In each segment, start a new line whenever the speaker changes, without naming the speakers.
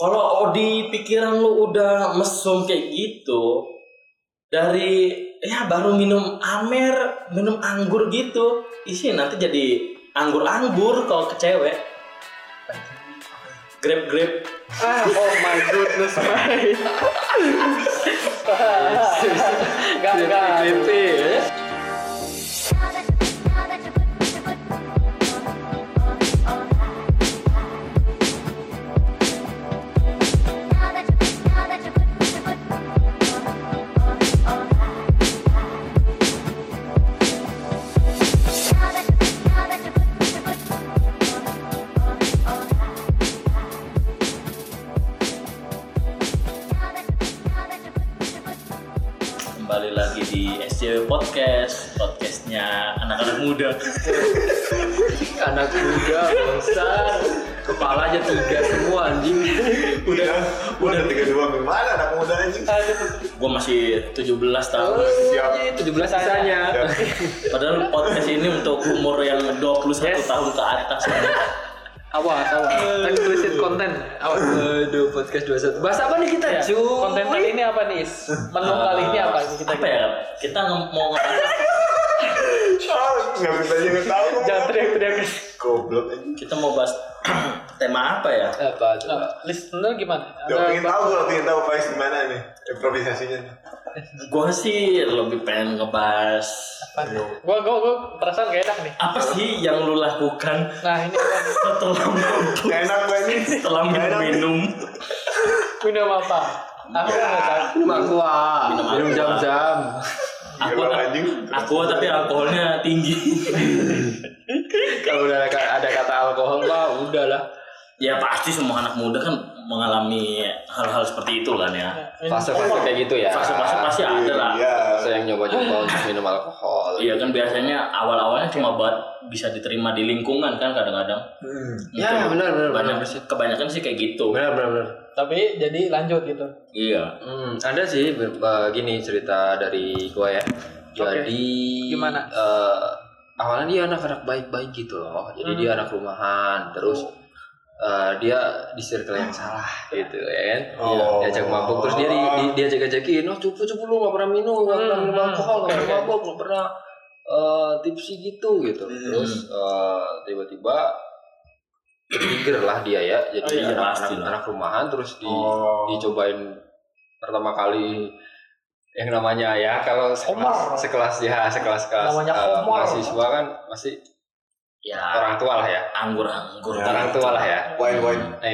Kalau di pikiran lu udah mesum kayak gitu, dari ya baru minum Amer, minum anggur gitu, isi nanti jadi anggur-anggur kalau ke cewek. Grab.
Oh my goodness, mate. Gak.
Kembali lagi di SJW Podcastnya anak-anak muda.
Anak muda, besar, kepalanya 3 semua anjing.
Udah 32 gimana anak muda anjing?
Gue masih 17 tahun.
Siap.
17 sisanya.
Padahal podcast ini untuk umur yang 21 tahun ke atas.
Awas. Explicit content. Aduh, podcast 21. Bahas apa nih kita?
Ya, konten kali ini apa nih? Menu kali ini apa nih kita?
Apa ya? Kita mau ngebahas.
Nggak bisa aja nggak tahu.
Jangan teriak-teriak.
Goblok anjing.
Kita mau bahas tema apa ya?
Apa tuh?
Listener gimana?
Pengen tahu Faiz gimana nih improvisasinya.
Gue sih lebih pengen ngebahas
Gue perasaan gak enak nih.
apa sih yang lu lakukan
Nah ini apa nih?
setelah mampus,
Nggak enak gue ini.
setelah minum.
Minum apa? Aku nggak tahu.
Minum aqua, minum jam-jam.
Aku tapi alkoholnya tinggi.
Kalau udah ada kata alkohol mah udahlah.
Ya pasti semua anak muda kan mengalami hal-hal seperti itu kan ya.
Fase-fase kayak gitu ya.
Fase-fase pasti ada lah.
Iya.
Saya yang nyoba-nyoba untuk minum alkohol.
Iya kan biasanya awal-awalnya cuma buat bisa diterima di lingkungan kan kadang-kadang.
Ya benar.
Kebanyakan sih kayak gitu.
Benar.
Tapi jadi lanjut gitu.
Iya.
Ada sih gini cerita dari gua ya. Jadi
Gimana?
Awalnya dia anak-anak baik-baik gitu loh. Jadi dia anak rumahan, terus dia di circle yang salah gitu ya kan. Diajak mabuk terus dia diajak-ajakin, cupu lu nggak pernah minum, nggak pernah minum alkohol, nggak pernah mabuk, nggak pernah tipsi gitu. Terus tiba-tiba trigger lah dia ya. Jadi anak rumahan terus dicobain pertama kali yang namanya ya kalau sekelas
namanya
mahasiswa kan masih
Ya
orang tua lah ya.
anggur.
Orang tua lah ya.
Wine.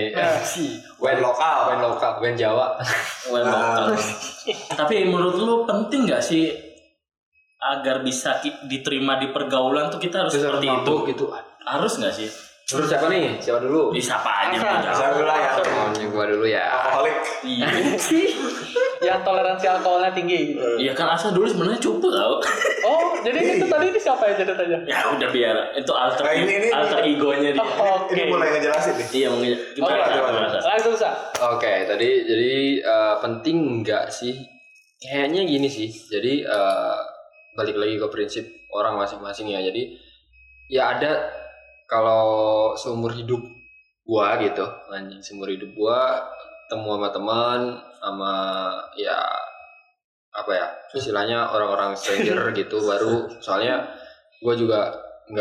Wine lokal, wine Jawa.
Well, lokal. Tapi menurut lu penting nggak sih agar bisa diterima di pergaulan tuh kita harus seperti itu?
Gitu.
Harus nggak sih?
Menurut siapa nih? Siapa dulu?
Siapa aja
Saya dulu lah ya.
Gua dulu ya.
Alkoholik.
Iya.
Yang toleransi alkoholnya tinggi gitu.
Iya kan Asa dulu sebenarnya cupu tau.
Oh, jadi itu tadi ini siapa ya ceritanya?
Ya udah biar itu alter
Ini-
egonya dia.
Oke.
Ini mulai ngejelasin nih.
Iya mungkin gimana?
Langsung Sa.
Oke, jadi penting nggak sih? Kayaknya gini sih. Jadi balik lagi ke prinsip orang masing-masing ya. Jadi ya ada kalau seumur hidup gua gitu, seumur hidup gua temu sama teman sama ya apa ya istilahnya orang-orang stranger gitu baru soalnya gua juga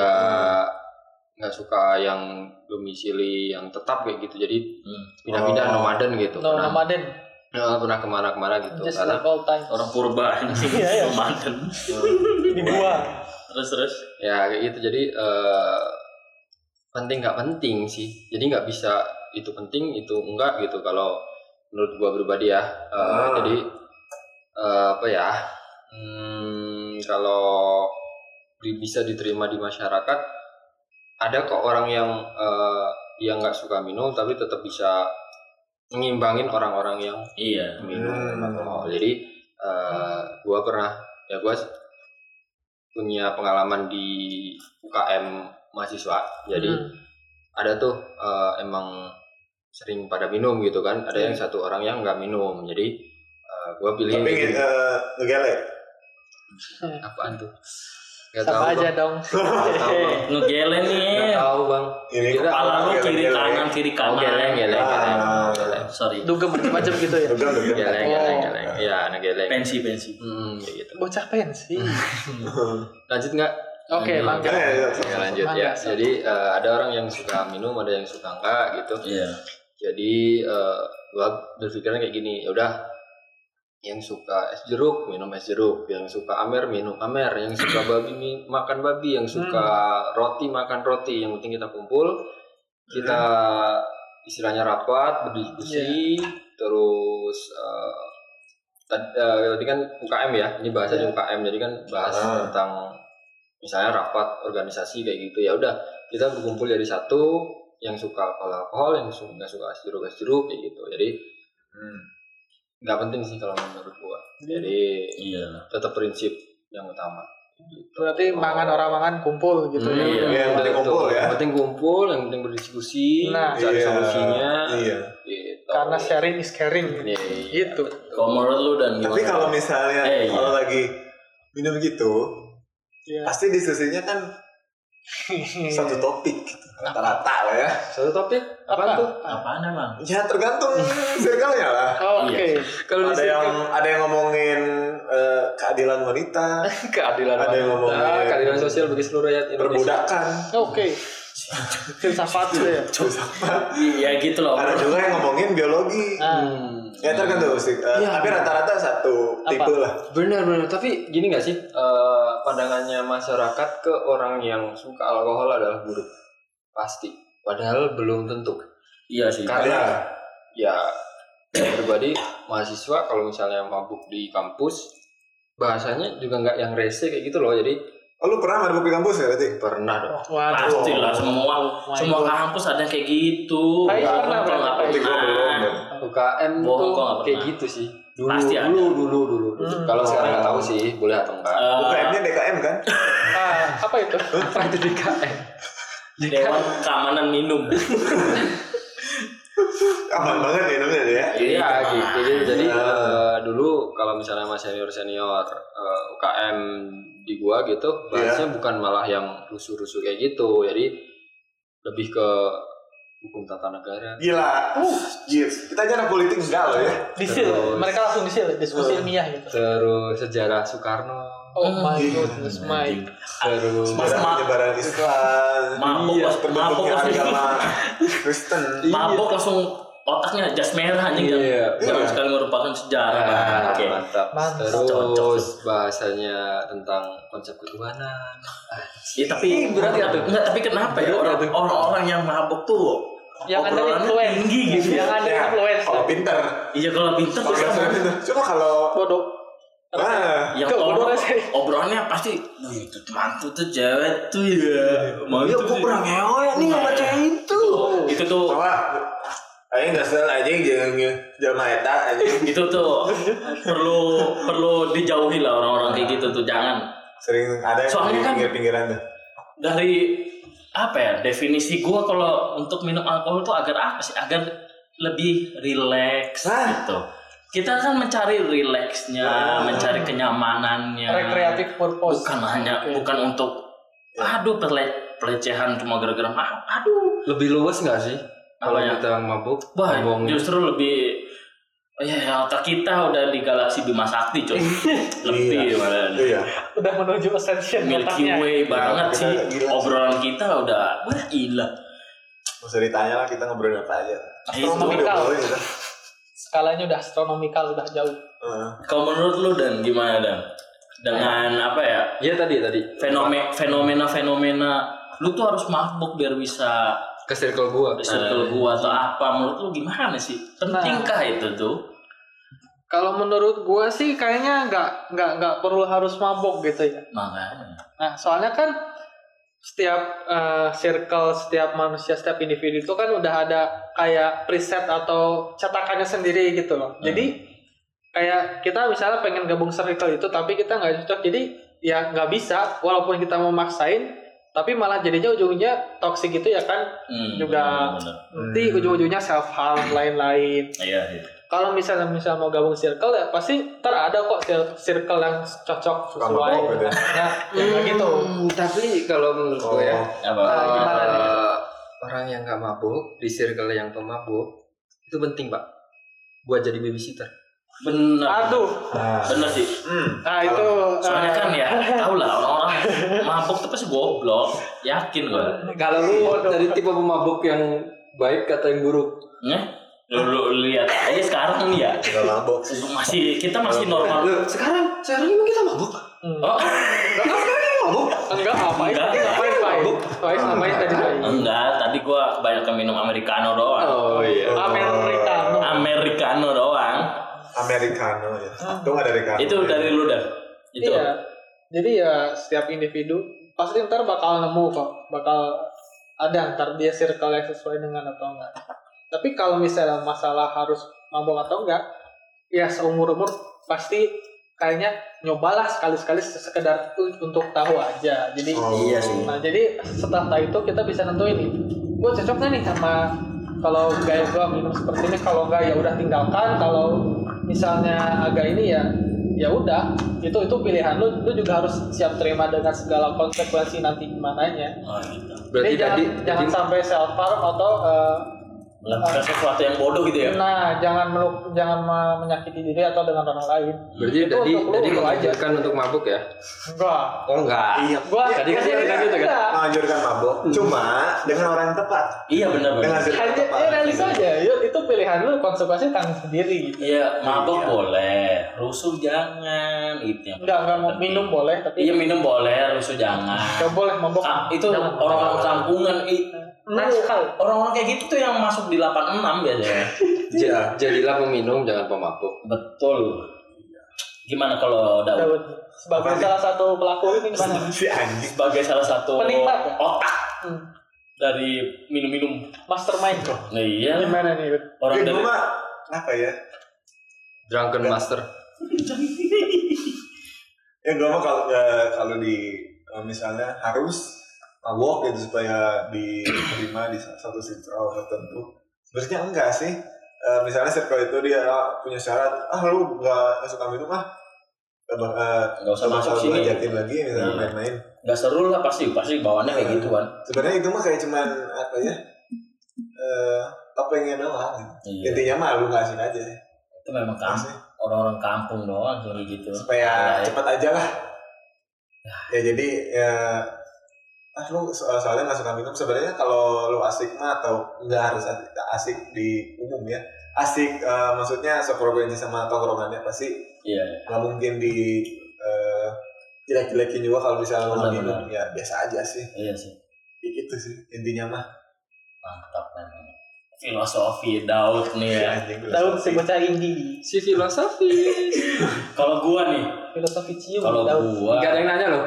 nggak suka yang domisili yang tetap kayak gitu jadi pindah-pindah nomaden gitu
Nomaden.
pernah kemana-kemana gitu
Just
karena
like all time.
Orang purba
Iya.
mantan.
Di gua.
Terus
ya kayak gitu jadi penting nggak penting sih jadi nggak bisa itu penting itu enggak gitu kalau menurut gua pribadi ya jadi apa ya kalau bisa diterima di masyarakat ada kok orang yang nggak suka minum tapi tetap bisa ngimbangin orang-orang yang minum alkohol jadi gua punya pengalaman di UKM mahasiswa jadi ada tuh emang sering pada minum gitu kan ada yang satu orang yang nggak minum jadi gue pilih
Tapi ngegele.
apaan tuh Nggak
Sama
tahu,
aja
Bang.
dong.
Nggak tahu, Bang.
Ngegelen nih.
Nggak tahu, Bang.
Ini
Kira-
Kepala lu kiri
geleng-geleng.
kanan.
Oh, geleng.
Sorry.
Dugem macam-macam gitu ya.
Dugem.
Geleng. Iya, anak geleng.
Pensi.
Kayak gitu.
Bocah pensi.
Lanjut nggak?
Oke,
Lanjut.
mangga.
Ya, lanjut ya.
Mangga.
Jadi ada orang yang suka minum, ada yang suka enggak gitu.
Iya.
Jadi gua berpikirnya kayak gini, ya udah yang suka es jeruk minum es jeruk, yang suka amer minum amer, yang suka babi makan babi, yang suka roti makan roti. Yang penting kita kumpul, kita istilahnya rapat, berdiskusi, terus tadi kan UKM ya, ini bahasanya UKM, jadi kan bahas tentang misalnya rapat organisasi kayak gitu. Ya udah kita berkumpul jadi satu, yang suka alkohol, yang nggak suka es jeruk kayak gitu. Jadi nggak penting sih kalau menurut gua. Jadi
Iya.
tetap prinsip yang utama. Gitu.
Berarti mangan orang mangan kumpul gitu ya.
Iya.
Yang penting kumpul ya.
Yang penting kumpul, yang penting berdiskusi,
Nah.
cari
Iya.
solusinya.
Iya.
Gitu.
Karena sharing is caring.
Iya.
Gitu.
Kalau menurut lu dan gimana?
Tapi kalau misalnya
Iya.
kalau lagi minum gitu,
Iya.
pasti diskusinya kan satu topik gitu. Rata-rata lah ya.
Satu topik apa tuh?
Apaan emang?
Ya tergantung circle-nya lah.
Oke.
Kalau
Ada yang ngomongin keadilan wanita,
keadilan
ada yang
wanita,
ngomongin
keadilan sosial bagi seluruh rakyat Indonesia.
perbudakan.
Oke. Filsafat gitu ya.
Iya gitu loh.
Ada juga yang ngomongin biologi. Ya tergantung sih.
Iya.
Tapi rata-rata satu
Apa?
tipe lah.
Benar. Tapi gini nggak sih, pandangannya masyarakat ke orang yang suka alkohol adalah buruk, pasti. Padahal belum tentu.
Iya sih.
Karena ya pribadi mahasiswa kalau misalnya mabuk di kampus, bahasanya juga nggak yang rese kayak gitu loh. Jadi
Oh, lu pernah mabuk di kampus ya berarti?
pernah dong.
Waduh.
Pastilah semua kampus ada yang kayak gitu.
Saya
Bohong
pernah,
kalau nggak
Tapi gua belum.
pernah.
UKM
Bohong,
tuh
gua nggak
kayak
pernah.
gitu sih. Dulu,
Pasti ada.
dulu. Kalau sekarang nggak tahu sih, boleh atau enggak.
UKM-nya DKM kan?
Apa itu?
Apa itu DKM?
Dewan Keamanan Minum.
Aman banget ya namanya ya.
Iya gitu. Jadi
Ah.
dulu kalau misalnya sama senior UKM di gua gitu, bahasnya bukan malah yang rusuh-rusuh kayak gitu. Jadi lebih ke hukum tata negara.
Gila. Gila. Kita aja anak politik enggak loh ya.
Disil.
Terus.
Mereka langsung disil, diskusi ilmiah gitu.
Terus sejarah Soekarno.
Oh my goodness, my.
Terus
Penyebaran Islam.
Mabuk,
Iya,
mabuk
terbentuknya
langsung.
agama Kristen.
Mabuk langsung otaknya jas merah anjing.
Iya.
Jangan sekali merupakan sejarah. Oke.
mantap.
Mantap.
Terus bahasanya tentang konsep ketuhanan.
Ya tapi
Berat ya tuh?
Enggak, tapi kenapa ya
Berat ya tuh?
orang-orang yang mabuk tuh
Yang ada
obrolannya
influence.
tinggi gitu.
Yang ada
Ya,
influence.
kalau pinter.
Iya kalau pinter
Kalau
bisa
nggak pinter. Cuma kalau
Bodoh.
yang
Tuh, bodoh sih.
obrolannya pasti itu mantu tuh cewek tuh ya mantu
gua pernah ngewe nih sama cewek itu.
itu tuh
Ayo nggak salah aja jangan eta aja.
itu tuh perlu dijauhi lah orang-orang kayak gitu tuh, jangan.
Sering ada yang
Soalnya
di
kan-
pinggir-pinggiran tuh.
Dari apa ya definisi gua kalau untuk minum alkohol tuh agar apa sih, agar lebih rileks gitu. Kita kan mencari rileksnya, mencari kenyamanannya,
Recreative purpose.
bukan hanya
Oke.
bukan untuk pelecehan cuma gara-gara aduh.
Lebih luas nggak sih kalau
Apa ya?
kita mabuk?
Wah,
ngomongin?
justru lebih ya otak kita udah di galaksi Bima Sakti coy. Lebih malah.
Iya.
Udah menuju ascension
Milky
otaknya.
Way banget
Kita
sih.
gila.
Obrolan kita udah wah gila.
Nggak usah ditanya lah kita ngobrolin apa aja.
Itu
Astronomikal.
Diobrolin gitu.
Skalanya udah astronomikal, udah jauh.
Kalau menurut lu Dan gimana Dan? Dengan apa ya?
Iya tadi.
Fenomena lu tuh harus mabuk biar bisa
Ke circle gua.
circle gua atau apa, menurut lu gimana sih? Pentingkah itu tuh?
Kalau menurut gua sih kayaknya nggak perlu harus mabok gitu ya.
Makanya.
Nah, soalnya kan setiap circle, setiap manusia, setiap individu itu kan udah ada kayak preset atau cetakannya sendiri gitu loh. Jadi kayak kita misalnya pengen gabung circle itu tapi kita nggak cocok, jadi ya nggak bisa walaupun kita mau maksain, tapi malah jadinya ujungnya toxic gitu ya kan, juga nanti ujung-ujungnya self harm lain-lain.
Iya.
Kalau misalnya mau gabung circle ya pasti ntar ada kok circle yang cocok sesuai. Nah, kayak gitu.
Tapi kalau menurut gue ya,
gimana nih?
Orang yang nggak mabuk di circle yang pemabuk itu penting pak, buat jadi babysitter.
Benar.
Aduh.
Benar sih.
Nah itu.
Soalnya kan ya, tau lah orang-orang mabuk tuh pasti goblok. Yakin gue.
Kalau lu dari tipe pemabuk yang baik atau yang buruk?
Lu lihat aja sekarang nih ya.
Kita mabok.
Kita masih normal.
Sekarang emang kita mabuk?
Oh.
Enggak ngapain tadi
Enggak, tadi gua banyak minum americano doang.
Oh iya.
Americano doang.
Americano ya. Itu nggak dari kamu.
Itu dari lu dah. Itu.
Iya. Jadi ya setiap individu pasti ntar bakal nemu kok, bakal ada ntar dia circle yang sesuai dengan atau enggak. Tapi kalau misalnya masalah harus mabok atau enggak, ya seumur-umur pasti kayaknya nyobalah sekali-sekali sekedar untuk tahu aja. Jadi
iya sih.
Nah, jadi setelah itu kita bisa nentuin nih, gue cocok nggak nih sama kalau gaya gue minum seperti ini, kalau enggak ya udah tinggalkan, kalau misalnya agak ini ya udah, itu pilihan lu juga harus siap terima dengan segala konsekuensi nanti gimananya.
Oh gitu.
Berarti
jangan sampai self harm atau
melakukan sesuatu yang bodoh gitu ya.
Nah, jangan menyakiti diri atau dengan orang lain.
Berarti tadi menganjurkan untuk mabuk ya?
Enggak.
Oh enggak.
Iya.
Tadi kan dia bilang gitu kan?
Menganjurkan mabok, cuma dengan orang yang tepat.
Iya benar.
Dengan circle yang tepat.
Ya realis aja. Itu pilihan lu, konsekuensi tanggung sendiri.
Iya, mabok boleh, rusuh jangan, itu yang.
Enggak mau minum boleh, tapi
Iya minum boleh, rusuh jangan.
enggak boleh mabok.
Itu orang-orang kampungan. Orang-orang kayak gitu tuh yang masuk di 86 biasanya.
Jadilah peminum, jangan pemabuk.
Betul. Gimana kalau Daud?
Sebagai salah satu pelaku ini gimana?
Si anjing.
Sebagai salah satu
penikmat ya?
otak dari minum-minum
mastermind kok.
Nah, iya.
Gimana nih?
Orang
dari mah apa ya?
Drunken master.
Ya gue mah kalau di misalnya harus mabok gitu supaya diterima di satu circle tertentu. Sebenarnya enggak sih. Misalnya circle itu dia punya syarat, lu nggak suka minum
nggak usah masuk sini.
Ajakin lagi misalnya main-main.
Nggak seru lah pasti bawaannya kayak gitu kan.
Sebenarnya itu mah kayak cuman apa ya? Pengen doang.
Iya.
Intinya mah lu ngasih aja.
Itu memang orang-orang kampung doang kayak gitu.
Supaya cepat aja lah. Ya jadi lu soalnya nggak suka minum. Sebenarnya kalau lu asik mah atau nggak harus asik di umum ya, asik maksudnya sefrekuensi sama tongkrongannya pasti nggak mungkin di jelek-jelekin juga kalau misalnya lu nggak minum. Ya biasa aja sih.
Iya sih.
Gitu sih intinya mah.
Mantap kan. Filosofi Daud nih ya.
Daud si bocah indie.
Si filosofi.
Kalau gua nih,
filosofi cium.
kalau gua
nggak ada yang nanya loh.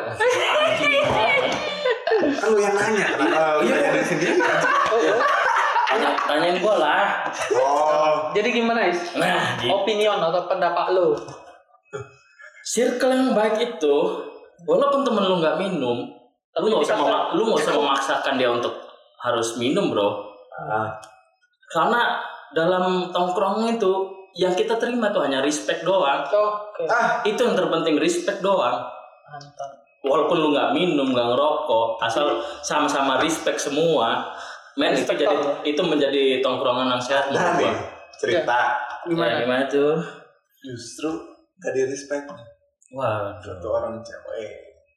Kan lu yang nanya. Iya dari sendiri.
Tanyain gua lah.
Oh.
Jadi gimana Is?
Nah,
opinion atau pendapat lu?
Circle yang baik itu, walaupun temen lu nggak minum, lu nggak usah memaksakan dia untuk harus minum, bro. Karena dalam tongkrong itu yang kita terima tuh hanya respect doang. Itu yang terpenting, respect doang.
Mantap.
Walaupun lu nggak minum, nggak ngerokok, asal sama-sama respect semua, itu menjadi tongkrongan yang sehat.
Nah nih cerita
gimana tuh?
Justru gak di respect.
Waduh,
satu orang cewek.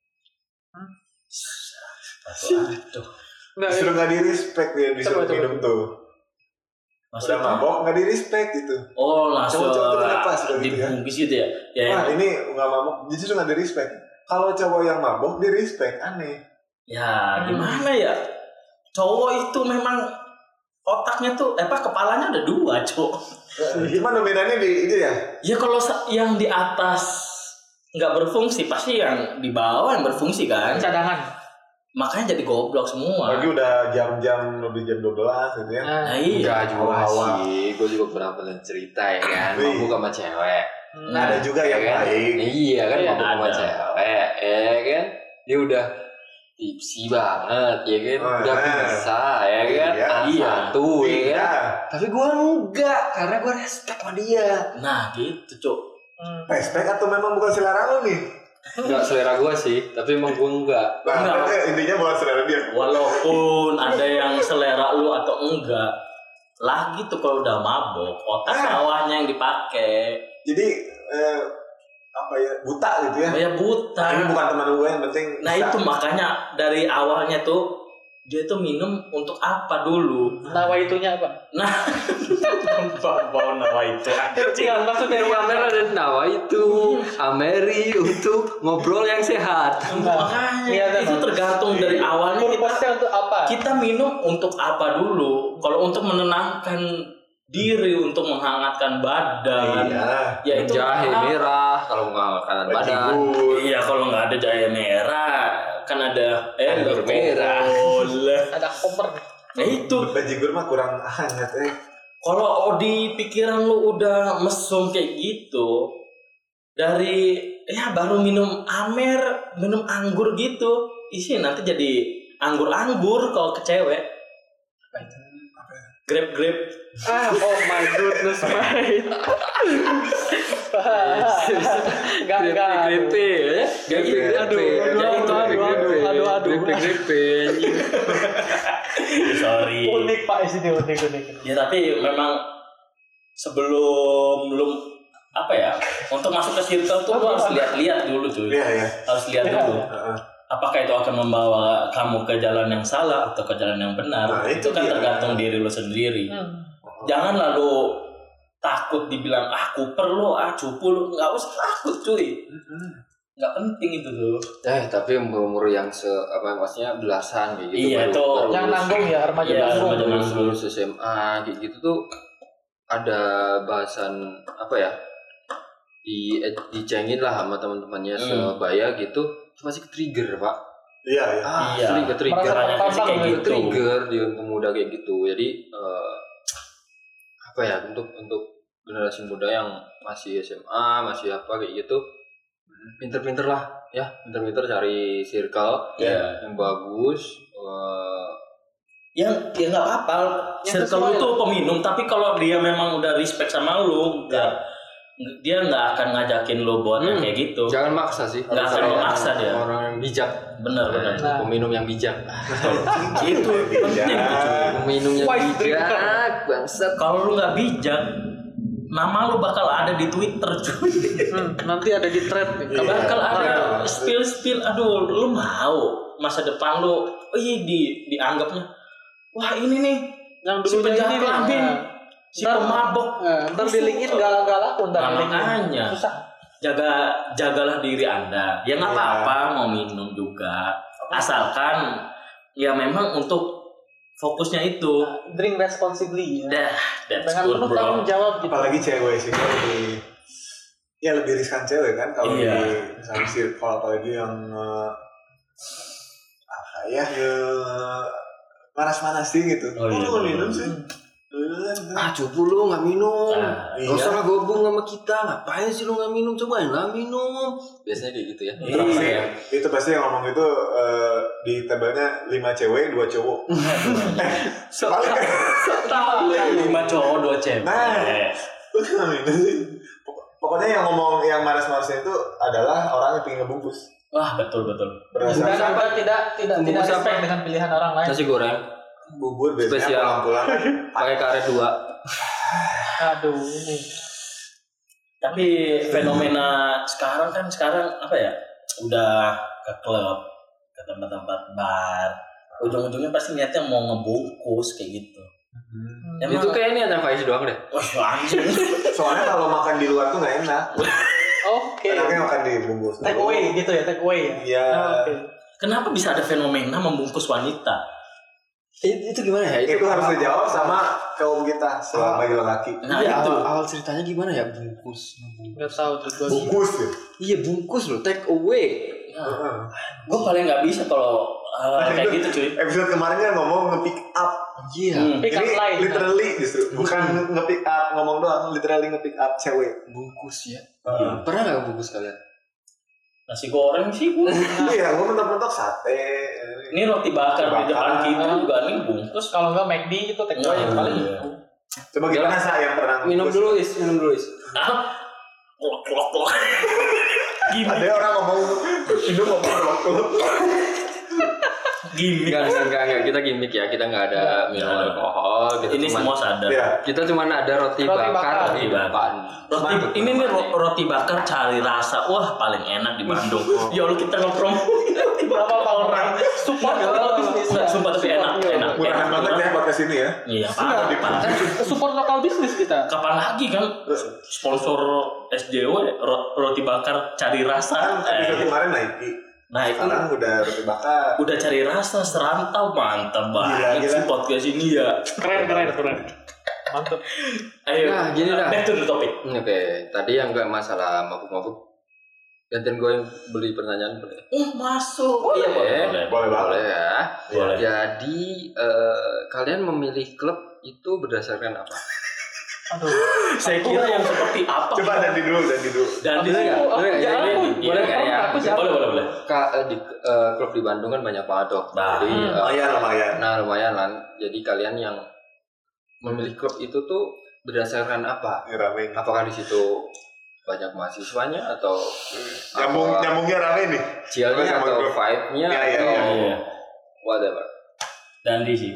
Waduh.
Justru gak di respect dia disuruh minum tuh. Udah mabok gak di respect gitu.
Oh langsung
dibungkis
gitu ya.
Wah ini gak mabok, justru gak di respect. Kalau cowok yang mabok di respect, aneh.
Ya gimana ya? Cowok itu memang otaknya tuh, kepalanya ada dua, cowok.
Gimana bedanya di itu ya?
Ya kalau yang di atas nggak berfungsi, pasti yang di bawah yang berfungsi kan.
Cadangan.
Makanya jadi goblok semua.
Lagi udah jam-jam lebih jam 12 gitu ya.
Nah iya.
Enggak juga sih, gue juga pernah cerita ya kan, mabuk sama cewek.
Ada juga yang
kan?
baik.
Iya kan, mabuk sama cewek, ya kan. Dia udah tipsi banget ya kan, udah
Nah.
bisa ya kan,
Iya.
satu ya kan.
Iya.
Tapi gue enggak, karena gue respect sama dia.
Nah gitu Cuk.
Respect atau memang bukan selera lo nih?
Enggak selera gue sih, tapi emang gue enggak.
Nah,
Enggak.
intinya bukan selera dia.
Walaupun ada yang selera lu atau enggak, lah gitu kalau udah mabok, otak bawahnya yang dipakai.
Jadi apa ya, buta gitu ya?
Ya buta.
Ini bukan teman gue, yang penting
Nah
bisa.
itu makanya dari awalnya tuh dia tuh minum untuk apa dulu?
Nawaitunya apa?
Nah, bawa nama itu.
Iya, maksudnya
Minum Amer ada nawa itu, Ameri untuk ngobrol yang sehat.
Makanya
Iya,
itu tergantung dari awalnya
purpose-nya untuk apa?
kita minum untuk apa dulu. Kalau untuk menenangkan diri, untuk menghangatkan badan,
Iya.
ya itu
Jahe
apa?
merah kalau nggak makanan badan.
Iya, kalau nggak ada jahe merah, kan ada
Anggur merah.
Ada koper.
Itu
Bajigur mah kurang hangat
kalau di pikiran lu udah mesum kayak gitu, dari baru minum Amer, minum anggur gitu, isi nanti jadi anggur-anggur kalau ke cewek. Grab.
Oh my goodness, mate. Enggak.
Grepe ya. Grepe.
Sorry.
Unik Pak, sini unik.
Ya tapi memang sebelum lu untuk masuk ke circle tuh lu harus lihat-lihat dulu cuy.
Iya.
Harus lihat dulu.
Heeh.
Apakah itu akan membawa kamu ke jalan yang salah atau ke jalan yang benar?
Nah,
itu kan
dia.
tergantung diri lu sendiri. Jangan lalu takut dibilang kuper lo, cupu lo, nggak usah takut cuy. Nggak penting itu tuh.
Tapi umur yang maksudnya belasan kayak gitu.
Iya, tuh.
Yang nanggung ya, remaja
Iya,
nanggung.
remaja nanggung.
lulus SMA kayak gitu tuh ada bahasan dicengin lah sama teman-temannya sebaya gitu, itu masih ke-trigger pak.
Iya.
Iya.
Ke-trigger
Merasa
Banyak sih kayak gitu.
trigger di pemuda kayak gitu. Jadi untuk generasi muda yang masih SMA, masih kayak gitu, pinter-pinter lah ya, pinter-pinter cari circle yang bagus.
Yang nggak apa-apa. Circle lu tuh peminum, tapi kalau dia memang udah respect sama lu, dia nggak akan ngajakin lu buat yang kayak gitu.
Jangan maksa sih.
Nggak akan memaksa dia.
Orang yang bijak.
Bener.
Peminum yang bijak.
Itu penting tuh cuy.
Peminum yang
Wise
bijak, bangsat.
Kalau lu nggak bijak, nama lu bakal ada di Twitter cuy.
Nanti ada di thread nih.
Bakal ada spill. Aduh, lu mau masa depan lu dianggapnya, wah ini nih
Yang
si
dulunya
penjahat
ini nih.
lambing, si pemabok.
Ntar di LinkedIn nggak laku ntar di LinkedIn.
Makanya
Susah.
jagalah diri Anda. Ya nggak apa-apa mau minum juga, asalkan ya memang untuk fokusnya itu.
Drink responsibly.
That's
Dengan
good
penuh
bro.
tanggung jawab gitu.
Apalagi cewek sih lebih riskan cewek kan kalau
Iya.
di misalnya circle, apalagi yang manas-manasin gitu.
Oh, iya,
Lu
bener.
minum sih.
Cupu lu nggak minum.
Iya.
Gak usah lah gabung sama kita. Ngapain sih lu nggak minum? Cobain lah minum. Biasanya kayak gitu ya.
Itu pasti, itu pasti yang ngomong itu di tabelnya 5 cewek 2 cowok. Paling
Tahu.
5 cowok 2 cewek.
Nah. Lu nggak minum sih. Pokoknya yang ngomong yang manas-manasnya itu adalah orang yang pengen ngebungkus.
Wah betul.
Dan
Berdasarkan
Anda tidak
Bungkus apa?
respect dengan pilihan orang lain.
Nasi goreng
bubur biasanya
Spesial.
pulang-pulang kan.
pakai karet 2.
Aduh ini.
Tapi fenomena sekarang udah ke klub, ke tempat-tempat bar, ujung-ujungnya pasti niatnya mau ngebungkus kayak gitu. Emang-
Itu kayak ini ada Faiz doang deh.
Wah anjing.
Soalnya kalau makan di luar tuh nggak enak.
Oke.
Enaknya makan di bungkus.
Take away gitu ya, take away ya.
Iya.
Oke.
Kenapa bisa ada fenomena membungkus wanita?
Itu gimana ya?
Itu harus dijawab sama kaum kita sebagai lelaki.
Nah
Iya,
itu.
awal ceritanya gimana ya? Bungkus.
Nggak tahu tuh gua.
Bungkus ya.
Iya bungkus loh, take away.
Gue paling nggak bisa kalau kayak gitu cuy.
Episode kemarin kan ngomong nge-pick up.
Iya.
Pick up
Ini
line.
literally justru bukan nge-pick up ngomong doang, literally nge-pick up cewek.
Bungkus ya.
Heeh.
Pernah nggak bungkus kalian?
Nasi goreng sih gua.
Iya, gua mentok-mentok sate.
Ini roti bakar di depan kita juga nih bungkus.
Kalau enggak McD gitu take away yang paling itu.
Coba gimana yang pernah
Minum dulu is.
Klok. Gimik.
Ada orang ngomong klok.
Gimik.
Enggak, kita gimmick ya. Kita enggak ada minum alkohol.
Ini semua sadar.
Ya.
Kita cuma ada roti bakar di depan.
Ini nih roti bakar cari rasa. Wah, paling enak di Bandung. Ya Allah, kita nge-promo berapa orang. Support lokal bisnis. Sumpah tapi enak.
Murahan banget ya podcast ini ya.
Iya, parah.
Support lokal bisnis kita.
Kapan lagi kan sponsor SJW roti bakar cari rasa.
Episode kemarin Nike.
Nah, itu
sekarang udah roti bakar.
Udah cari rasa serantau, mantap banget sih podcast ini ya.
Keren. Mantap.
Ayo,
Nah, gini dah.
back to the topic.
Oke, tadi yang enggak masalah mabuk-mabuk. Gantian gue yang beli pertanyaan boleh?
Masuk.
Boleh.
Boleh banget.
Boleh ya.
Boleh.
Jadi kalian memilih klub itu berdasarkan apa?
Aduh.
Saya kira yang seperti apa?
Coba Dandi dulu.
Dan di
Boleh nggak? Boleh nggak? Boleh nggak ya?
Boleh.
Di klub di Bandung kan banyak banget tuh.
Nah,
Jadi
lumayan.
Nah lumayan lah. Jadi kalian yang memilih klub itu tuh berdasarkan apa?
Ramein.
Apakah di situ banyak mahasiswanya atau
nyambungnya rame nih.
chill-nya atau vibe-nya atau
Iya.
whatever.
Dan di sih.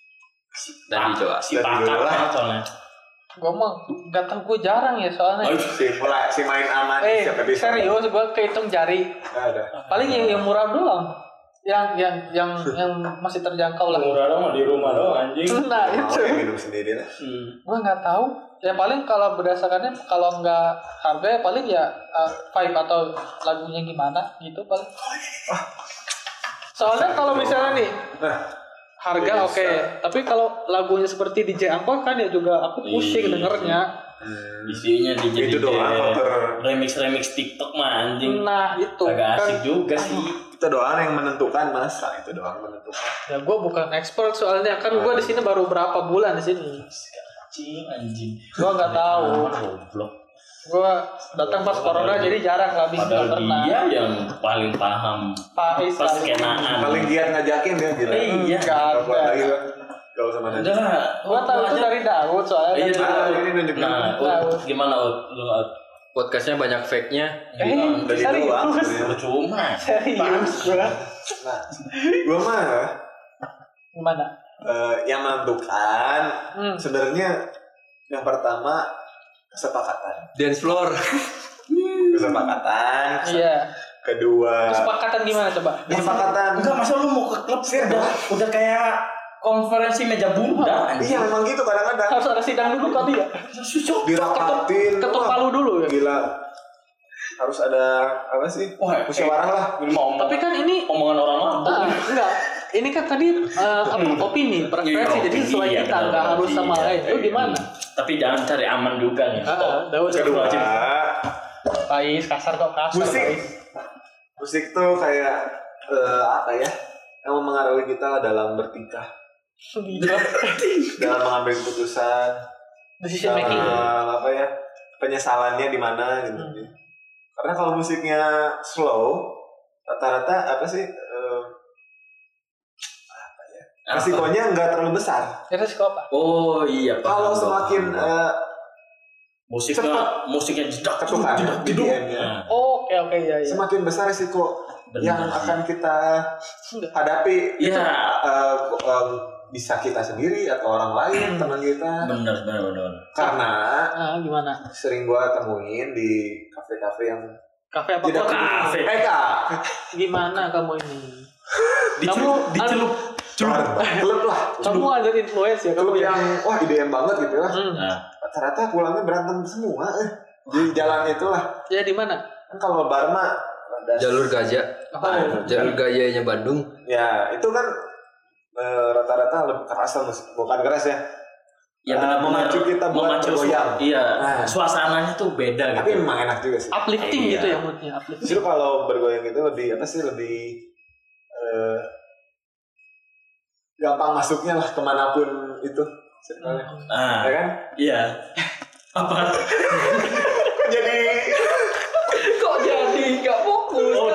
Dan dicoba.
Si bakar soalnya.
Gue mah nggak tahu, gue jarang ya soalnya.
Si main aman.
Serius gue kehitung jari.
Ada.
Paling yang murah doang. Yang masih terjangkau lah.
Murah dong di rumah doang anjing.
Nah itu.
Minum sendiri lah.
Gue nggak tahu. Ya paling kalau berdasarkannya kalau nggak harga ya paling ya vibe atau lagunya gimana gitu paling. Soalnya kalau misalnya nih harga oke. Tapi kalau lagunya seperti DJ Angkor kan ya juga aku pusing dengernya.
Isinya DJ
itu doang
remix TikTok mah anjing.
Nah itu
agak asik
kan,
juga sih.
Itu doang yang menentukan masa. Itu doang menentukan.
Ya gue bukan expert soalnya kan gue di sini baru berapa bulan di sini.
Anjing.
Gue nggak tahu.
Goblok.
Gue datang pas corona jadi jarang lah bisnis
Padahal
pernah.
dia yang paling paham
Pais
perskenaan.
Paling giat ngajakin ya gitu.
Iya.
Kalau
Gak
lagi
ada.
kalau sama Nandi.
Udah lah.
Gue tahu itu dari Daud soalnya.
Iya,
ini nunjuk.
Nah, gimana lu
Podcastnya banyak fake-nya.
Dari
serius?
doang.
Percuma.
Serius gue.
Nah, gue mah
Gimana?
yang menentukan sebenarnya yang pertama kesepakatan.
Dance floor.
Kesepakatan.
Iya.
Kedua.
Kesepakatan gimana coba?
Kesepakatan.
Enggak, masa lu mau ke klub sih udah kayak konferensi meja bunda.
Iya memang gitu kadang-kadang.
Harus ada sidang dulu kali ya.
Dirapatin.
Ketuk palu dulu ya.
Gila. Harus ada apa sih?
Wah,
musyawarah lah.
Tapi kan ini
omongan orang mabuk.
enggak. Ini kan tadi opini, preferensi, jadi sesuai kita, nggak harus sama lain. Itu gimana?
Tapi jangan cari aman juga nih.
Daud
Kedua.
Pais, kasar kok kasar.
Musik tuh kayak apa ya? Yang mempengaruhi kita dalam bertingkah, dalam mengambil keputusan,
decision making.
apa ya? Penyesalannya di mana gitu. Karena kalau musiknya slow, rata-rata apa sih? Resikonya nggak terlalu besar.
Resiko apa?
Oh iya.
Kalau semakin
musiknya jedak
ketukan BPM-nya.
Oke ya.
Semakin besar resiko yang akan kita hadapi.
Iya.
Bisa kita sendiri atau orang lain, teman kita.
Benar.
Karena
gimana?
sering gua temuin di kafe-kafe yang
kafe apa?
Kafe.
Gimana kamu ini?
Dicelup.
Klub lah.
Kamu ada influence ya?
Klub yang wah idean banget gitu ya.
Nah.
Rata-rata pulangnya berantem semua di jalan itulah.
Ya di mana?
Kan kalau bar mah
Jalur Gajah. Jalur Gajahnya Bandung.
Ya itu kan rata-rata lebih keras lah, bukan keras ya.
Ya
memacu kita buat bergoyang.
Iya. Suasananya tuh beda gitu.
Tapi memang enak juga sih.
Uplifting gitu ya moodnya.
Justru kalau bergoyang itu lebih apa sih, lebih gampang masuknya lah kemanapun itu. Ya kan?
Iya. Apa?
Jadi
kok jadi nggak fokus?
Oh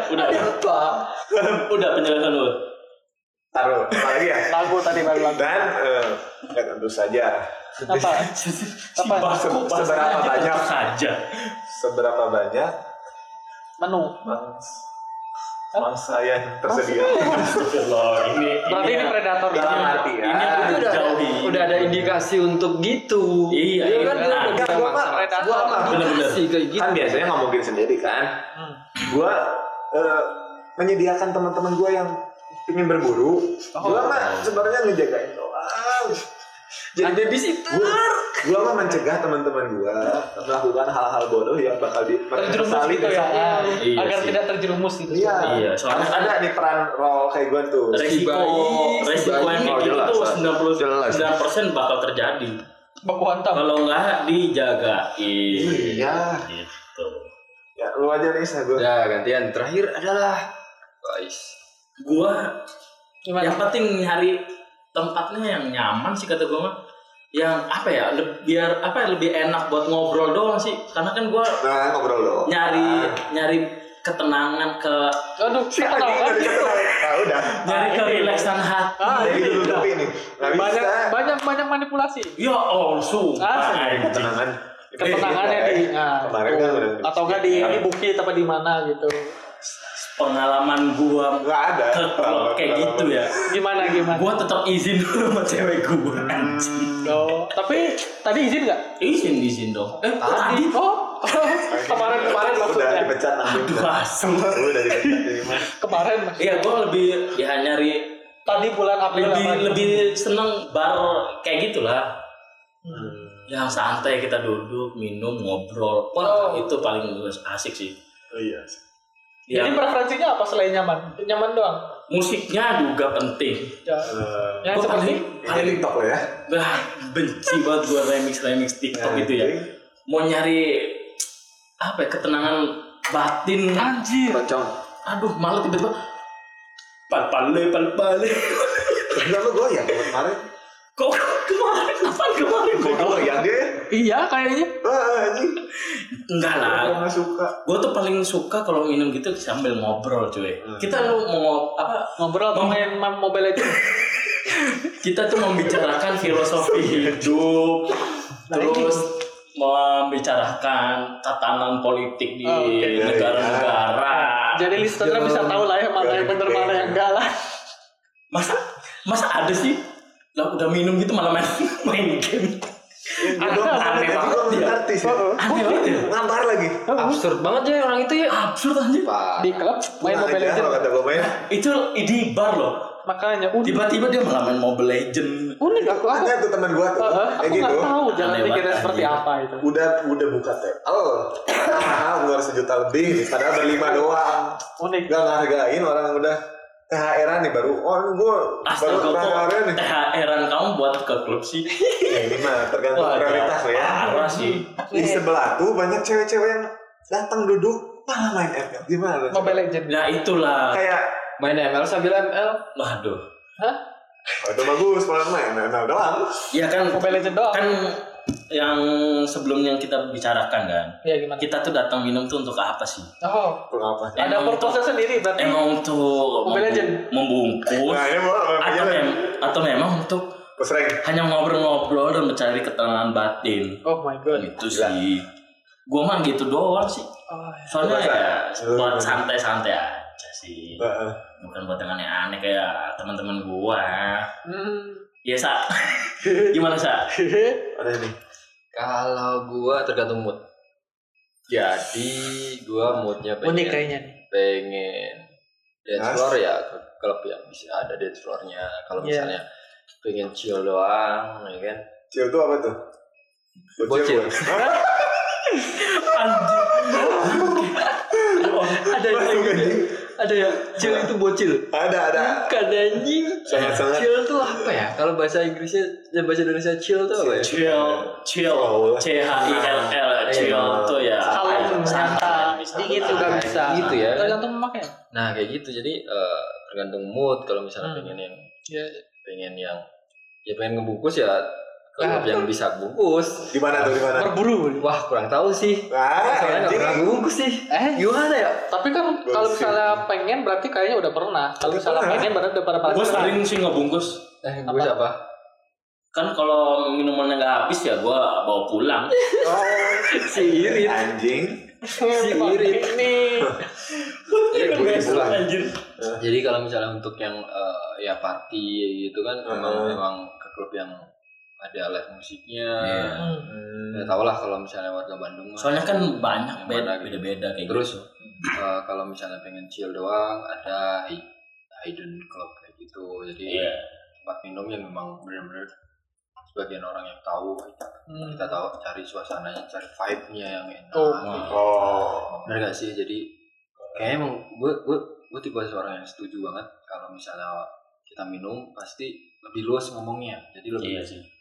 Udah penjelasan lu.
Taruh, apa lagi ya?
Lagu tadi baru lagu.
Dan tentu saja.
Apa?
Seberapa banyak
saja?
Seberapa banyak
Menu.
mangsa yang tersedia?
Berarti ini predator
dalam arti ya.
Ini udah ada indikasi untuk gitu.
Iya
kan dia udah bisa
gua
maksa.
Bener-bener.
Kayak gitu.
Kan biasanya ngomongin sendiri kan. Gua menyediakan teman-teman gua yang ingin berburu. Gua mah sebenarnya ngejagain doang.
Jadi babysitter.
Gua mah mencegah teman-teman gua melakukan hal-hal bodoh yang bakal
terjerumus gitu ya.
Iya
agar
sih.
tidak terjerumus gitu.
Iya.
Soalnya
Ada nih peran role kayak gua tuh.
resiko yang kayak gitu tuh 99% bakal terjadi
Baku hantam.
kalau nggak dijagain.
Iya.
Gitu.
Ya lu aja nih gua.
Ya gantian. Terakhir adalah guys.
Gua
Gimana?
yang penting nyari tempatnya yang nyaman sih kata gua mah. Yang apa ya biar apa ya lebih enak buat ngobrol doang sih, karena kan gua
Ngobrol dong.
nyari ketenangan ke
Aduh, ketenangan gitu.
Nah, udah.
nyari kerileksan hati.
Jadi tutupi nih. Nggak bisa.
Banyak manipulasi.
Ya sumpah anjing.
Ketenangannya di
Kemarin kan udah.
atau enggak di bukit apa di mana gitu.
Pengalaman gua
Nggak ada.
ke klub kayak gitu ya.
Gimana?
Gua tetap izin dulu sama cewek gua anjing.
Oh, tapi tadi izin nggak?
Izin dong. Tadi
Kemarin
Udah
maksudnya.
dipecat nanti.
aduh asem.
Udah dipecat jadi mah.
Kemarin
Iya, gua lebih ya nyari
tadi bulan April
lebih seneng bar kayak gitulah. Yang santai kita duduk, minum, ngobrol. Wah, itu paling asik sih.
Oh iya.
Jadi preferensinya apa selain nyaman? Nyaman doang.
Musiknya juga penting.
Ya. Yang
Gua
seperti
Paling TikTok lo ya.
Bah, benci banget gua remix TikTok gitu ya. Mau nyari apa ya, ketenangan batin.
anjir.
Pocong.
Aduh, malah tiba-tiba pal-pale.
Enggak lo goyang kemarin.
Kok kemarin?
Kok goyang dia?
Iya kayaknya.
Anjing.
Enggak lah.
Gua nggak suka.
Gue tuh paling suka kalau minum gitu sambil ngobrol cuy. Kita lu mau
Ngobrol atau main Mobile Legends?
kita tuh membicarakan filosofi hidup, terus membicarakan tatanan politik di negara-negara.
Jadi listener bisa tahu lah ya mana yang bener mana yang enggak lah.
Masa ada sih? Lah udah minum gitu malah main game. Aneh banget dia.
Artis.
Aneh banget ya.
Ngabar lagi.
Absurd banget ya orang itu ya.
Absurd anjir.
Di klub main Mobile
Kalau
Legends.
kata gue main.
Itu di bar loh.
Makanya unik.
Tiba-tiba dia malah main Mobile Legend.
Unik aku.
Ada tuh teman gue tuh.
Aku
Kayak gitu.
nggak tahu jalan
Aneh
pikirnya
banget,
seperti
anjir.
apa itu.
Udah buka TL. Mahal 200 juta lebih. Padahal berlima doang.
Unik.
Gak ngehargain orang yang udah THR-an nih baru. Oh ini gue baru
Astaga,
THR-an nih.
THR-an kamu buat ke klub sih.
Ya ini mah tergantung
Wah,
prioritas lo ya.
parah sih.
Di sebelah tuh banyak cewek-cewek yang datang duduk malah main ML. Gimana?
Mobile Legends.
Nah itulah.
Kayak
Main ML sambil ML.
Waduh.
Hah?
oh, itu bagus kalau main ML doang.
Ya kan
Mobile Legends doang.
kan yang sebelumnya kita bicarakan kan.
Ya gimana?
Kita tuh datang minum tuh untuk apa sih?
Oh,
Kenapa?
ada purpose sendiri berarti.
Emang untuk
Mobile Legend.
membungkus
Nah ini mau
atau memang untuk
Pesreng.
hanya ngobrol-ngobrol dan mencari ketenangan batin.
Oh my god.
Itu sih. Gua mah gitu doang sih.
Oh, ya.
Soalnya
Masa?
ya buat santai-santai aja sih.
Heeh.
Bukan buat yang aneh-aneh kayak teman-teman gua.
Hmm.
Ya, Sa. Gimana, Sa?
Ada nih.
Kalau gua tergantung mood. Jadi gua moodnya
Unik kayaknya nih.
pengen dance floor ya ke klub yang bisa ada dance floornya. Kalau
Iya.
misalnya pengen chill doang, ya kan?
Cil tuh apa tuh?
Bocil.
Hah?
Ada yang gitu. Ada ya, chill itu bocil.
Ada.
Bukan anjing.
Sangat-sangat.
Chill tuh apa ya? Kalau bahasa Inggrisnya, bahasa Indonesia chill tuh apa ya?
Chill, CHILL, chill tuh ya.
Kalem, santai, dingin juga bisa.
Gitu ya.
Tergantung memakai.
Nah kayak gitu, jadi tergantung mood. Kalau misalnya pengen yang
Ya.
pengen yang ya pengen ngebungkus ya klub yang bisa bungkus.
Di mana tuh, di mana?
Berburu.
Wah, kurang tahu sih. Soalnya nggak pernah bungkus sih. Gimana ya?
Tapi kan kalau misalnya pengen berarti kayaknya udah pernah. Kalau misalnya pengen berarti udah pada
Gue sering sih ngebungkus.
Bungkus apa?
Kan kalau minumannya nggak habis ya gue bawa pulang.
Si irit.
Anjing.
Si irit.
Ini.
Anjir.
Jadi kalau misalnya untuk yang ya party gitu kan memang ke klub yang ada live musiknya. Ya tau lah kalau misalnya warga Bandung.
Soalnya kan banyak
gitu.
beda-beda kayak
Terus,
gitu.
Kalau misalnya pengen chill doang ada hidden club kayak gitu. Jadi tempat minum yang memang benar-benar sebagian orang yang tahu kita tahu cari suasananya, cari vibe-nya yang enak. Benar gak sih? Jadi kayaknya emang gue tipe seorang yang setuju banget kalau misalnya kita minum pasti lebih luas ngomongnya. Jadi lebih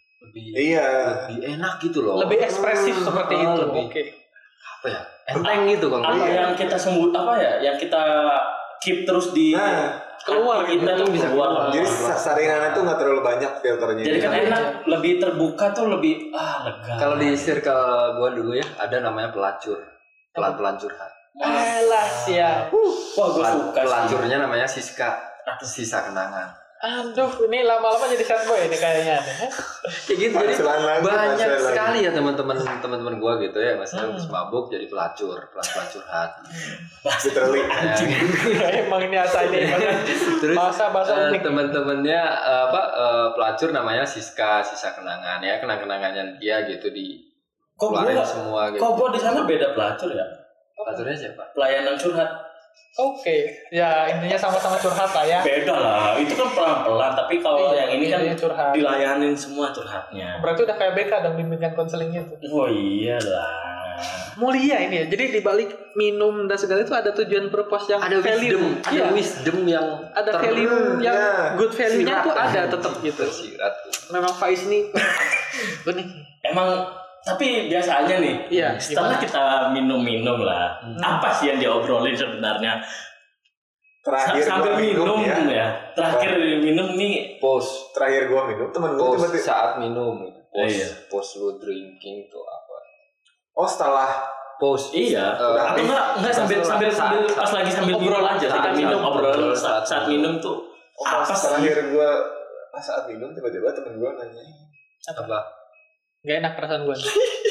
lebih enak gitu loh.
Lebih ekspresif seperti itu. Oke.
Apa ya? Enteng gitu kalau
yang kita yang kita keep terus di
keluar
kita tuh bisa keluar.
Jadi saringannya tuh nggak terlalu banyak filternya.
Jadi kan enak, lebih terbuka tuh lebih lega.
Kalau di circle gue dulu ya ada namanya pelacur, pelan curhat.
Alah siap.
Wah gue suka.
Pelacurnya namanya Siska atau Sisa Kenangan.
Aduh, ini lama-lama jadi sad boy ini kayaknya.
Kayak gitu jadi banyak sekali ya teman-teman gue gitu ya, maksudnya habis mabuk jadi pelacur curhat.
Literally
anjing.
Emang ini asa ini.
Terus
bahasa unik.
Teman-temannya pelacur namanya Siska, Sisa Kenangan ya, kenang-kenangannya dia gitu di keluarin semua gitu.
Kok gue di sana beda pelacur ya?
Pelacurnya siapa?
Pelayanan curhat.
Oke, ya intinya sama-sama curhat lah ya.
Beda lah, itu kan pelan-pelan. Tapi kalau yang ini kan
curhat.
dilayanin semua curhatnya.
Berarti udah kayak BK dong bimbingan konselingnya tuh.
Oh iyalah.
Mulia ini ya. Jadi di balik minum dan segala itu ada tujuan purpose yang
ada
value.
Ada wisdom yang
ada value yang good value-nya tuh ada tetap gitu.
Sirat.
Memang Faiz nih unik.
Emang tapi biasanya nih, setelah kita minum-minum lah, apa sih yang diobrolin sebenarnya?
Terakhir
sambil minum ya. Terakhir minum nih
pause. Terakhir gua minum, teman gua
tiba-tiba saat minum gitu. Pause lu drinking tuh apa? Oh,
setelah
pause.
Iya. Atau enggak sambil pas lagi sambil
ngobrol aja
kita minum obrol saat minum tuh.
Apa terakhir gua saat minum tiba-tiba teman gua nanya
apa?
Gak enak perasaan gue.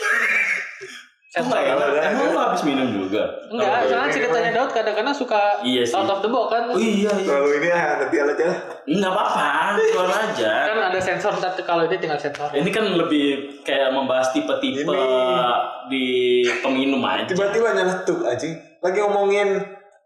Emang lu habis minum juga?
Enggak, soalnya ceritanya Daud kadang-kadang suka out of the box kan.
Oh iya.
Kalau ini nanti aja.
Enggak apa-apa, keluar aja.
Kan ada sensor, kalau ini tinggal sensor.
Ini kan lebih kayak membahas tipe-tipe di peminum aja.
Tiba-tiba nyeletuk anjing. Lagi ngomongin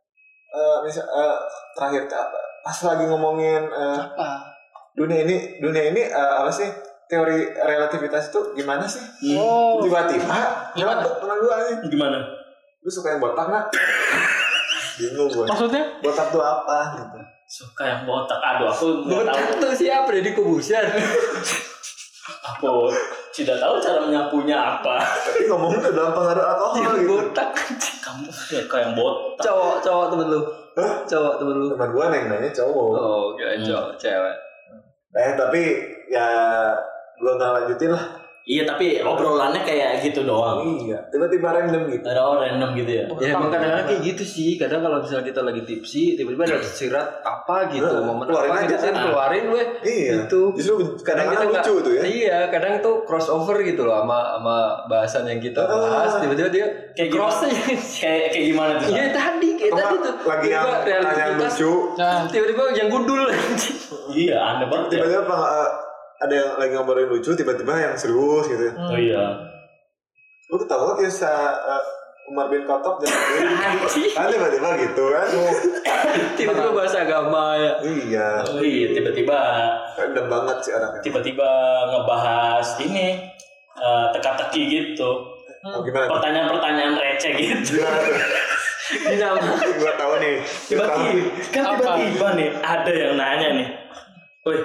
terakhir apa? Pas lagi ngomongin
apa?
Dunia ini apa sih? Teori relativitas itu gimana sih? Tiba-tiba teman gue aja.
Gimana?
Lu suka yang botak nggak? Bingung gue.
Maksudnya?
Botak tuh apa? Gitu.
Suka yang botak. Aduh, aku nggak tahu.
Botak tuh siapa? Deddy Kobusier.
Aku tidak tahu cara menyapunya apa.
Tapi ngomongnya dalam pengaruh alkohol gitu.
Botak.
Kamu suka yang botak.
Cowok temen lu. Cowok temen lu.
Teman gue nanya cowok.
Oh, kira cowok, cewek.
Tapi ya gua nggak lanjutin lah.
Iya, tapi obrolannya kayak gitu doang.
Iya, tiba-tiba random gitu.
Random gitu ya.
Ya emang kadang-kadang kayak gitu sih. Kadang kalau misalnya kita lagi tipsi, tiba-tiba ada sirat apa gitu, momen apa gitu kan keluarin weh.
Iya.
Gitu.
Justru kadang kita lucu tuh ya.
Iya, kadang tuh crossover gitu loh sama bahasan yang kita bahas. Tiba-tiba dia
kayak cross kayak gimana tuh?
Iya tadi tuh.
Lagi yang lucu.
Tiba-tiba yang gundul.
Iya, aneh banget.
Tiba-tiba ada yang lagi ngobrolin lucu, tiba-tiba yang serius gitu.
Oh iya.
Lu tahu kisah Umar bin Khattab dan kan tiba-tiba gitu kan.
Tiba-tiba bahasa agama ya.
Iya.
Oh iya, tiba-tiba
random banget sih orangnya.
Tiba-tiba ngebahas ini teka-teki gitu.
Gimana?
Pertanyaan-pertanyaan receh gitu.
Dinama.
Gua tahu nih.
Tiba-tiba nih ada yang nanya nih. Woi,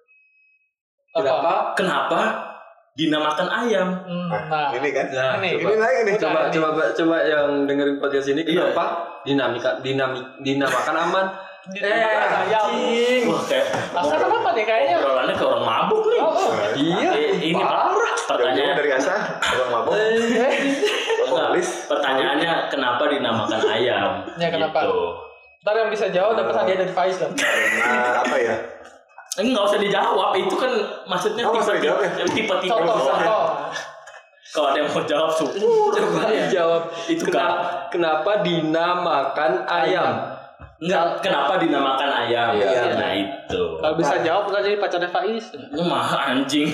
Kenapa dinamakan ayam?
Nah, ini kan.
Nah,
ini lagi nih.
Coba yang dengerin podcast ini kenapa dinamakan aman?
ayam.
Wah kayak
Asa kenapa nih kayaknya?
obrolannya ke orang mabuk nih.
Iya.
Ini pertanyaan
dari asa orang mabuk.
Pertanyaannya kenapa dinamakan ayam?
Ya kenapa?
Gitu.
Ntar yang bisa jawab dapat hadiah dari Faiz lah.
Nah, apa ya?
Nggak usah dijawab, itu kan maksudnya tipe-tipe
Contoh.
Kalau ada yang mau jawab
Coba jawab
itu
kenapa dinamakan ayam?
Enggak, kenapa dinamakan ayam?
Iya.
Nah itu.
Kalau bisa jawab udah jadi pacarnya Faiz.
Mah anjing.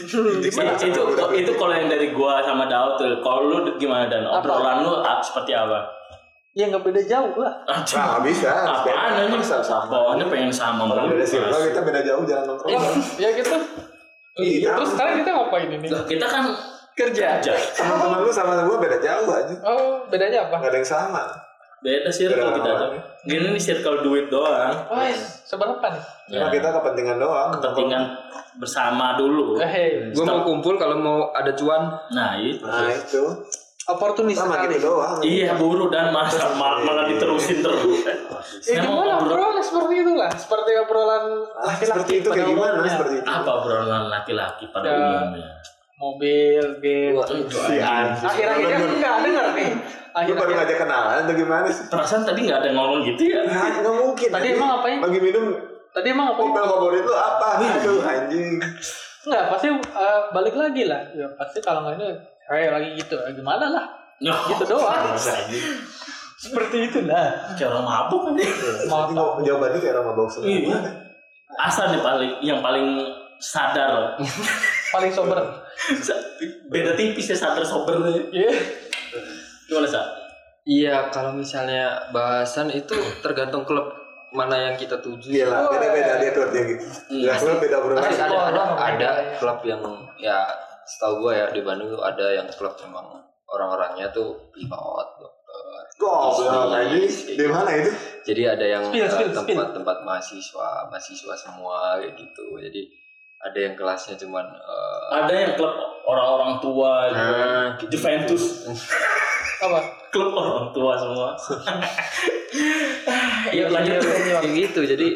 itu kalau yang dari gua sama Daud tuh. Kalau lu gimana Dan? Obrolan lu seperti apa?
Ya nggak beda jauh lah.
Nah, nggak bisa.
Apaan anjing? Pokoknya pengen sama
mulu. Beda circle kita beda jauh jalan nongkrong.
Ya gitu. Terus sekarang kita ngapain ini?
Kita kan
Kerja.
Teman-teman lu sama gua beda jauh aja.
Oh, bedanya apa?
Nggak ada yang sama.
beda circle kita aja. Gini nih circle duit doang.
Oh, seberapa nih?
Cuma kita kepentingan doang.
Kepentingan bersama dulu.
Gue mau kumpul kalau mau ada cuan.
Nah itu.
Oportunis
sama
sekali.
gitu doang.
Iya buru dan malah diterusin terus.
Gimana obrolan seperti itulah, seperti obrolan laki-laki
seperti itu kayak gimana? Seperti itu.
Apa obrolan laki-laki pada umumnya?
Mobil, game. Akhir-akhirnya enggak denger nih.
Lu baru ngajak kenalan atau gimana sih?
Perasaan tadi nggak ada ngomong gitu ya?
Nggak mungkin.
Tadi emang ngapain?
Lagi minum.
Tadi emang ngapain?
Mobil favorit lu apa? Aduh anjing.
Enggak, pasti balik lagi lah. Ya pasti kalau nggak ini kayak lagi gitu. Gimana lah? Gitu doang. Seperti itulah.
Kayak orang mabuk kan?
Mabuk. Jawabannya kayak orang mabuk semua.
Asal nih yang paling sadar.
Paling sober.
Beda tipis ya sadar sober nih.
Iya.
Gimana Sa?
Iya, kalau misalnya bahasan itu tergantung klub mana yang kita tuju.
Iya lah, beda-beda dia klubnya gitu. Ya klub beda obrolan.
Ada klub yang ya setahu gue ya di Bandung tuh ada yang klub memang orang-orangnya tuh pilot, dokter.
Goblok anjing. Di mana itu?
Jadi ada yang tempat mahasiswa semua kayak gitu. Jadi ada yang kelasnya cuman
ada yang klub orang-orang tua
gitu.
Juventus.
Apa?
Klub orang tua semua. Iya lanjut
kayak gitu. Jadi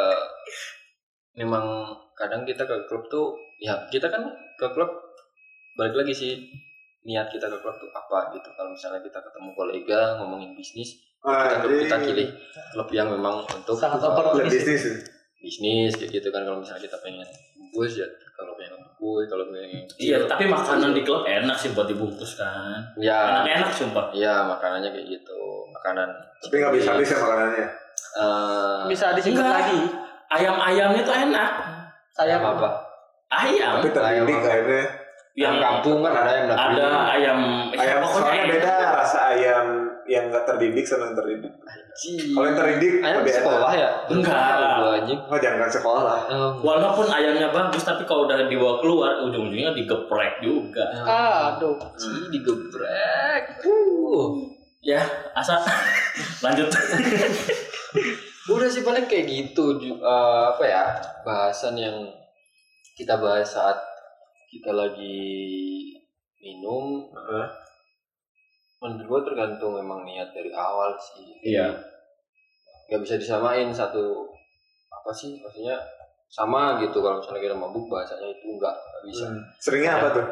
memang kadang kita ke klub tuh ya kita kan ke klub balik lagi sih niat kita ke klub tuh apa gitu. Kalau misalnya kita ketemu kolega ngomongin bisnis, kita pilih klub yang memang untuk bisnis kayak gitu kan. Kalau misalnya kita pengen bungkus ya kalau pengen bungkus, kalau pengen
iya tapi makanan di klub enak sih buat dibungkus kan
ya
enak sumpah.
Iya makanannya kayak gitu, makanan
tapi nggak bisa habis ya makanannya.
Bisa disingkat lagi.
Ayam-ayamnya tuh enak.
Ayam apa?
Ayam
tapi terdidik akhirnya
yang kampung kan ada ayam
pokoknya beda rasa ayam yang nggak terdidik sama yang terdidik. Kalau yang terdidik
ayam sekolah ya?
Enggak.
Jangan sekolah.
Walaupun ayamnya bagus tapi kalau udah dibawa keluar ujung-ujungnya digeprek juga.
Aduh.
Digeprek.
Ya, asal lanjut.
Udah sih paling kayak gitu. Apa ya? Bahasan yang kita bahas saat kita lagi minum. Menurut gue tergantung memang niat dari awal sih.
Iya.
Gak bisa disamain satu apa sih maksudnya sama gitu. Kalau misalnya kita mabuk bahasanya itu nggak bisa.
Seringnya apa tuh?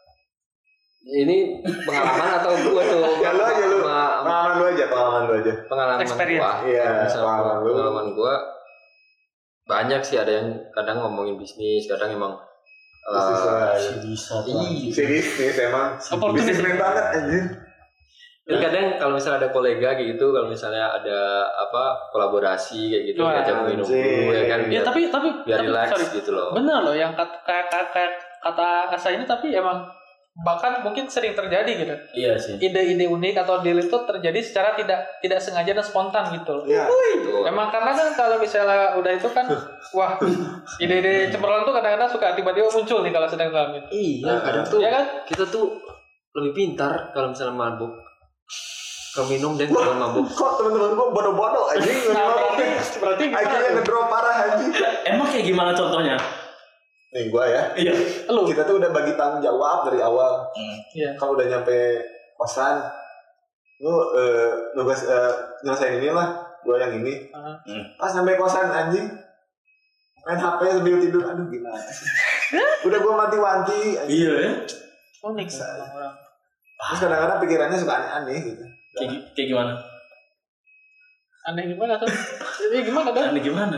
Ini pengalaman atau gue tuh?
Ya lu aja lu. Pengalaman lu aja.
Pengalaman
experience.
Gua.
Iya.
Pengalaman gue banyak sih. Ada yang kadang ngomongin bisnis, kadang emang
bisnis emang bisnismen banget anjir.
Dan kadang kalau misalnya ada kolega kayak gitu, kalau misalnya ada apa kolaborasi kayak gitu, diajak minum dulu ya kan.
Ya
biar relax gitu loh.
Benar loh yang kata Asa ini tapi emang bahkan mungkin sering terjadi gitu.
Iya sih.
Ide-ide unik atau deal itu terjadi secara tidak sengaja dan spontan gitu loh.
Iya.
Emang karena kan kalau misalnya udah itu kan wah ide-ide cemerlang tuh kadang-kadang suka tiba-tiba muncul nih kalau sedang dalam itu.
Iya, kadang tuh
ya kan?
Kita tuh lebih pintar kalau misalnya mabuk. Kau minum dan kau mabuk.
Kok teman-teman gua bodoh-bodoh anjing.
Berarti
akhirnya ngedrop parah anjing.
Emang kayak gimana contohnya?
Nih gua ya.
Iya.
Lu.
Kita tuh udah bagi tanggung jawab dari awal.
Iya.
Kalau udah nyampe kosan, lu nugas nyelesain inilah gue yang ini. Pas sampai kosan anjing main HP sambil tidur, aduh gimana sih. Udah gue mati-wanti.
Iya ya.
Unik orang.
Terus kadang-kadang pikirannya suka aneh-aneh gitu.
Kayak gimana?
Aneh gimana tuh? Jadi gimana dah?
Aneh gimana?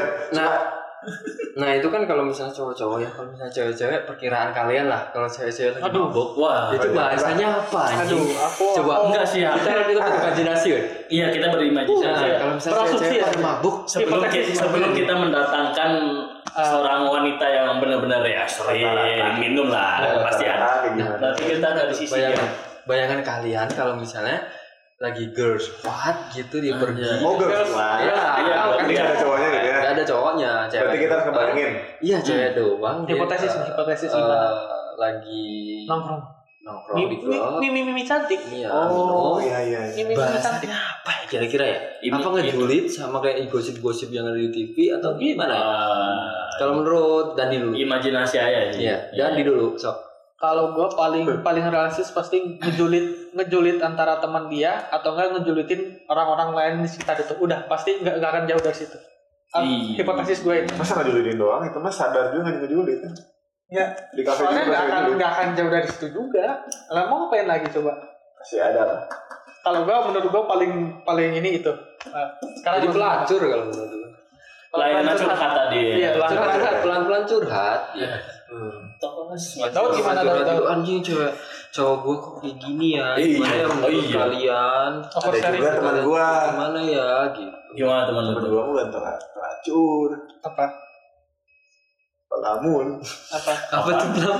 Nah itu kan kalau misalnya cowok-cowok ya, kalau misalnya cewek-cewek perkiraan kalian lah, kalau cewek-cewek lagi mabuk,
wah
itu bahasanya apa anjing?
Coba
enggak sih ya.
Kita berimajinasi ya.
Iya, kita berimajinasi.
Nah, kalau misalnya cewek mabuk,
sebelum kita mendatangkan seorang wanita yang benar-benar ya sering minum lah, pasti ada. Tapi kita dari sisi
bayangan kalian kalau misalnya lagi girls squad gitu dia pergi.
Oh girls squad.
Iya.
Kan tidak ada cowoknya gitu ya.
Tidak ada cowoknya, cewek.
Berarti kita harus kebayangin.
Iya, cewek doang.
Hipotesis gimana?
Lagi
nongkrong
di klub.
Mimi cantik.
Iya.
Oh iya.
Bahasanya apa ya kira-kira ya? Apa ngejulit sama kayak gosip-gosip yang ada di TV atau gimana ya? Kalau menurut Dandi dulu.
Imajinasi aja.
Iya, Dandi dulu, sok.
Kalau gue paling realistis pasti ngejulit antara teman dia atau enggak ngejulitin orang-orang lain di sekitar itu. Udah pasti nggak akan jauh dari situ. Hipotesis gue itu.
Masa ngejulitin doang itu mah sadar juga ngejulit kan?
Ya.
Di kafe
soalnya nggak akan jauh dari situ juga. Lah mau ngapain lagi coba?
Masih ada lah.
Kalau menurut gue paling ini itu.
Sekarang jadi pelacur kalau menurut gue.
Lainnya curhat tadi.
Iya,
pelan-pelan curhat. Iya.
Tahu gimana
tahu anjing cowok gue kok kayak gini ya. Gimana ya menurut kalian?
Ada juga teman gue.
Gimana ya gitu.
Gimana teman
gue bukan pelacur.
Apa?
Pelamun.
Apa tuh pelam?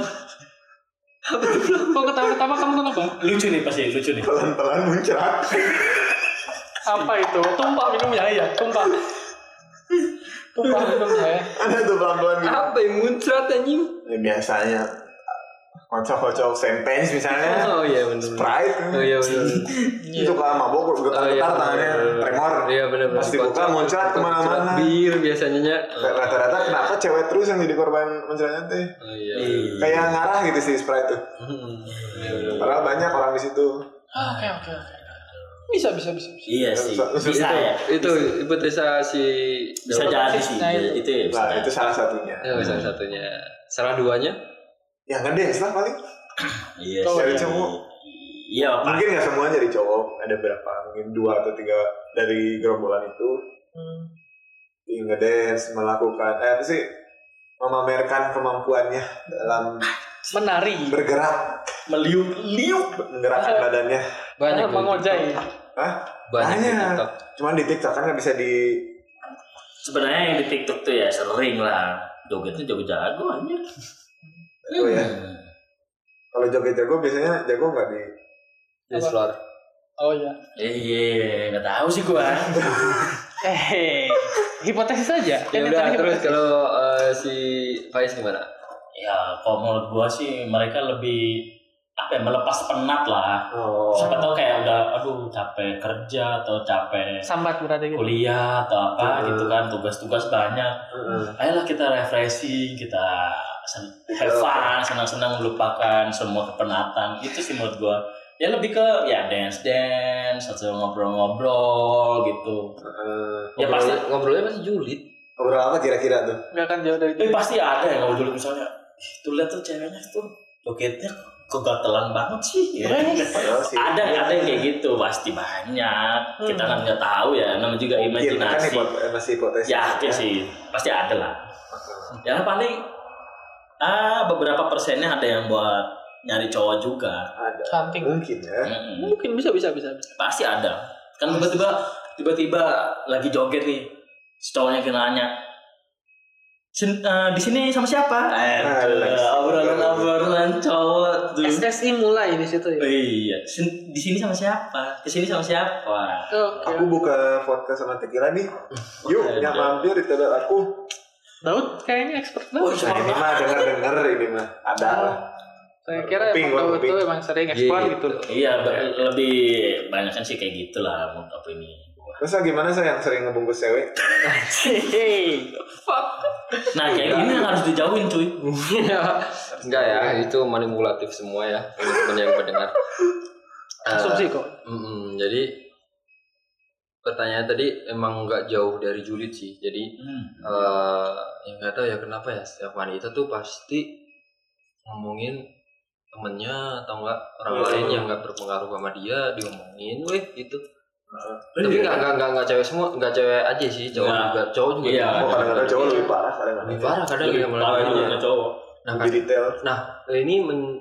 Kok ketawa-ketawa kamu kenapa?
Lucu nih pasti, lucu nih.
Pelan-pelan muncrat.
Apa itu? Tumpah minumnya ya, tumpah minumnya ya.
Ada tuh pelan-pelan gitu.
Apa yang muncrat anjing?
Ya biasanya kocok-kocok champagne misalnya.
Oh iya benar.
Sprite.
Oh iya benar.
Itu kalau mabok getar-getar tangannya tremor.
Iya benar.
Pasti buka muncrat kemana-mana.
Bir biasanya.
Rata-rata kenapa cewek terus yang jadi korban muncratnya teh?
Oh iya.
Kayak ngarah gitu sih Sprite tuh. Padahal banyak orang di situ.
Oke. Bisa.
Iya sih. Bisa ya.
Itu hipotesa si
bisa jadi sih. Itu ya.
Nah, itu salah satunya.
Ya, salah satunya. Salah duanya?
Ya ngedance lah paling.
Iya.
Dari cowok.
Iya.
Mungkin nggak semuanya dari cowok. Ada berapa? Mungkin 2 atau 3 dari gerombolan itu. Ngedance melakukan apa sih? Memamerkan kemampuannya dalam
menari,
bergerak,
meliuk,
menggerakkan badannya.
Banyak
mengojai.
Hah?
Banyak di TikTok.
Cuman di TikTok kan nggak bisa di.
Sebenarnya yang di TikTok tuh ya sering lah. Jogetnya jago anjir.
Oh ya. Kalau joget jago biasanya jago nggak di
dance floor.
Oh iya.
Nggak tahu sih gua.
Hipotesis aja.
Ya udah terus kalau si Faiz gimana?
Ya kalau menurut gua sih mereka lebih melepas penat lah. Siapa tahu kayak udah capek kerja atau capek
sambat berarti gitu.
Kuliah atau apa gitu kan, tugas-tugas banyak. Ayolah kita refreshing, kita have fun, senang-senang melupakan semua kepenatan. Itu sih menurut gua. Ya lebih ke ya dance atau ngobrol-ngobrol gitu.
Ya pasti ngobrolnya masih julid.
Ngobrol apa kira-kira tuh?
Nggak akan jauh dari.
Pasti ada yang ngobrol misalnya. Tuh lihat tuh ceweknya tuh jogetnya kegatelan banget sih. Ya. Ada yang kayak gitu pasti banyak. Kita kan nggak tahu ya, namanya juga imajinasi.
Kan masih hipotesis.
Ya sih pasti ada lah. Ya paling beberapa persennya ada yang buat nyari cowok juga.
Ada.
Cantik.
Mungkin ya.
Mungkin bisa.
Pasti ada. Kan tiba-tiba lagi joget nih, si cowoknya nanya, di sini sama siapa? Obrolan cowok tuh.
SSI mulai di situ ya.
Iya. Di sini sama siapa? Kesini sama siapa?
Aku buka podcast sama tequila nih. Yuk, yang mampir di tempat aku.
Daud kayaknya expert banget.
Ini mah dengar ini mah ada lah.
Saya kira emang itu emang sering ekspor gitu.
Iya, lebih banyak kan sih kayak gitulah menurut apa ini.
Terus gimana saya yang sering ngebungkus cewek?
Fuck.
Nah, kayak gini yang harus dijauhin cuy.
Enggak ya, itu manipulatif semua ya teman-teman yang mendengar.
Asumsi kok.
Jadi pertanyaan tadi emang nggak jauh dari julid sih. Jadi yang nggak tahu ya kenapa ya setiap wanita tuh pasti ngomongin temennya atau enggak orang lain yang nggak berpengaruh sama dia diomongin, gitu. Tapi nggak cewek semua, nggak cewek aja sih, cowok juga.
Iya.
Kadang-kadang cowok lebih parah kadang-kadang.
Lebih parah kadang
Lebih
ya
parah juga cowok.
Lebih detail.
Nah, ini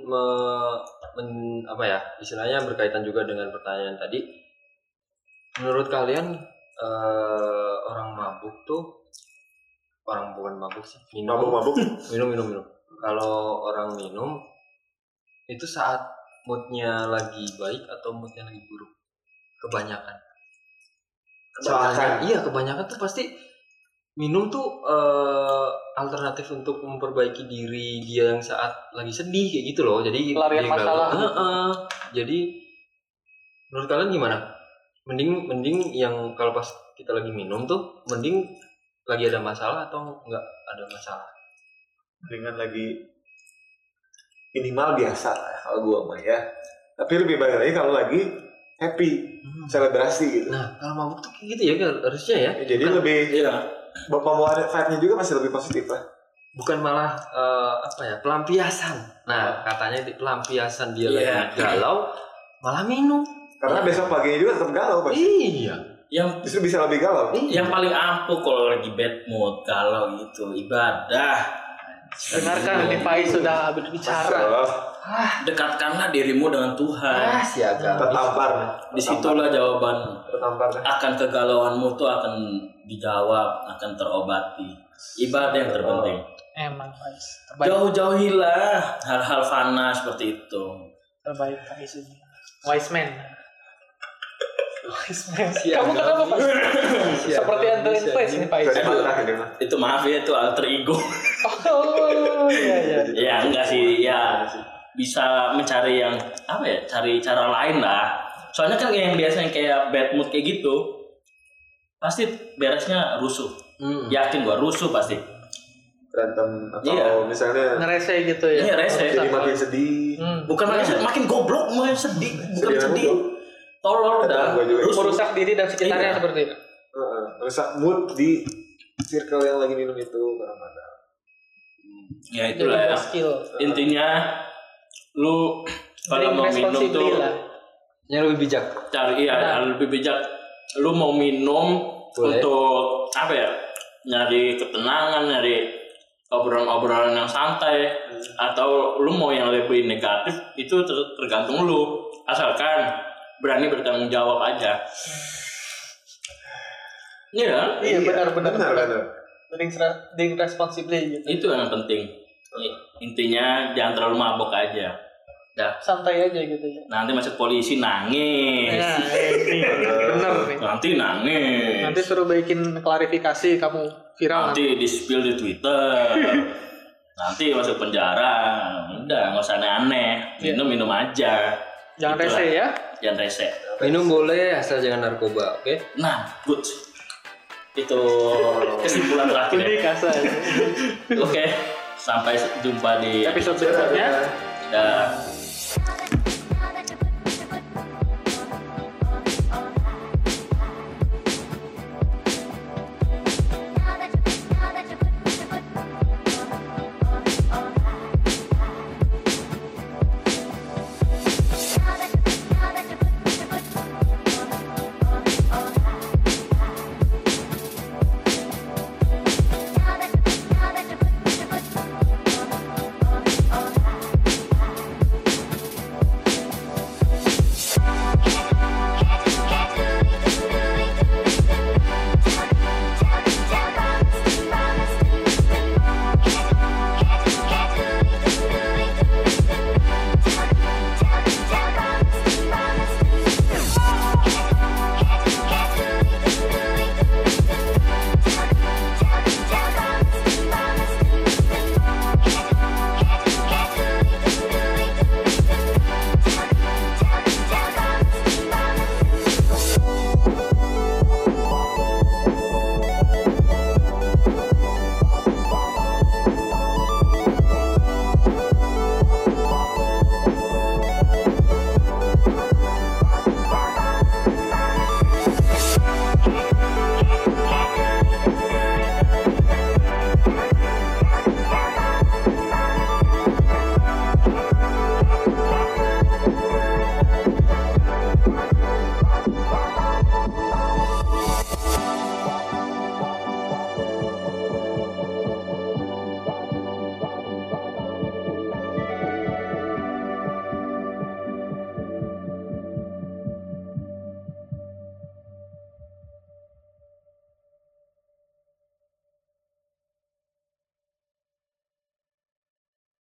apa ya? Istilahnya berkaitan juga dengan pertanyaan tadi. Menurut kalian orang mabuk tuh bukan mabuk sih,
Mabuk.
minum. Kalau orang minum itu saat moodnya lagi baik atau moodnya lagi buruk? Kebanyakan. Soalnya kebanyakan tuh pasti minum tuh alternatif untuk memperbaiki diri dia yang saat lagi sedih kayak gitu loh. Jadi
pelarian masalah.
Jadi menurut kalian gimana? Mending yang kalau pas kita lagi minum tuh mending lagi ada masalah atau enggak ada masalah?
Dengan lagi minimal biasa kalau gua mah ya. Tapi lebih baik lagi kalau lagi happy, selebrasi gitu.
Nah, kalau mabuk tuh kayak gitu ya kan harusnya ya.
Jadi lebih pembawaan vibe-nya juga masih lebih positif lah.
Bukan malah pelampiasan. Nah, katanya di pelampiasan dia lagi galau malah minum.
Karena besok paginya juga tetap galau pasti.
Iya.
Yang
justru bisa lebih galau.
Yang paling ampuh kalau lagi bad mood, galau gitu, ibadah.
Dengarkan nih Pai sudah berbicara.
Dekatkanlah dirimu dengan Tuhan.
Siaga.
Tertampar.
Disitulah jawaban akan kegalauanmu tuh akan dijawab, akan terobati. Ibadah yang terpenting.
Emang Pais.
Jauh-jauhilah hal-hal fana seperti itu.
Terbaik Pais ini. Wise man.
Kamu
kenapa Pak? Seperti Antoine Place nih Pak.
Itu maaf ya, itu alter ego.
Oh iya.
Ya enggak sih, ya bisa mencari yang cari cara lain lah. Soalnya kan yang biasanya kayak bad mood kayak gitu, pasti beresnya rusuh. Yakin gua rusuh pasti.
Berantem atau misalnya
ngerese gitu ya.
Iya, rese.
Jadi makin sedih.
Bukan makin goblok, makin sedih. Bukan sedih. Tolol dah.
Merusak diri dan sekitarnya seperti itu.
Merusak mood di circle yang lagi minum itu kadang-kadang.
Ya itulah ya. Intinya lu kalau mau minum tuh
yang lebih bijak.
Lebih bijak. Lu mau minum untuk nyari ketenangan, nyari obrolan-obrolan yang santai, atau lu mau yang lebih negatif, itu tergantung lu. Asalkan berani bertanggung jawab aja. Iya,
benar. Being responsibly gitu.
Itu yang penting. Intinya jangan terlalu mabok aja.
Santai aja gitu ya.
Nanti masuk polisi nangis.
Bener nih.
Nanti nangis.
Nanti suruh bikin klarifikasi kamu viral.
Nanti di-spill di Twitter. Nanti masuk penjara. Udah, nggak usah aneh-aneh. Minum aja.
Jangan rese ya.
Jangan rese.
Minum boleh asal jangan narkoba, oke?
Nah, good. Itu kesimpulan terakhir.
Oke,
sampai jumpa di
episode berikutnya.
Dah.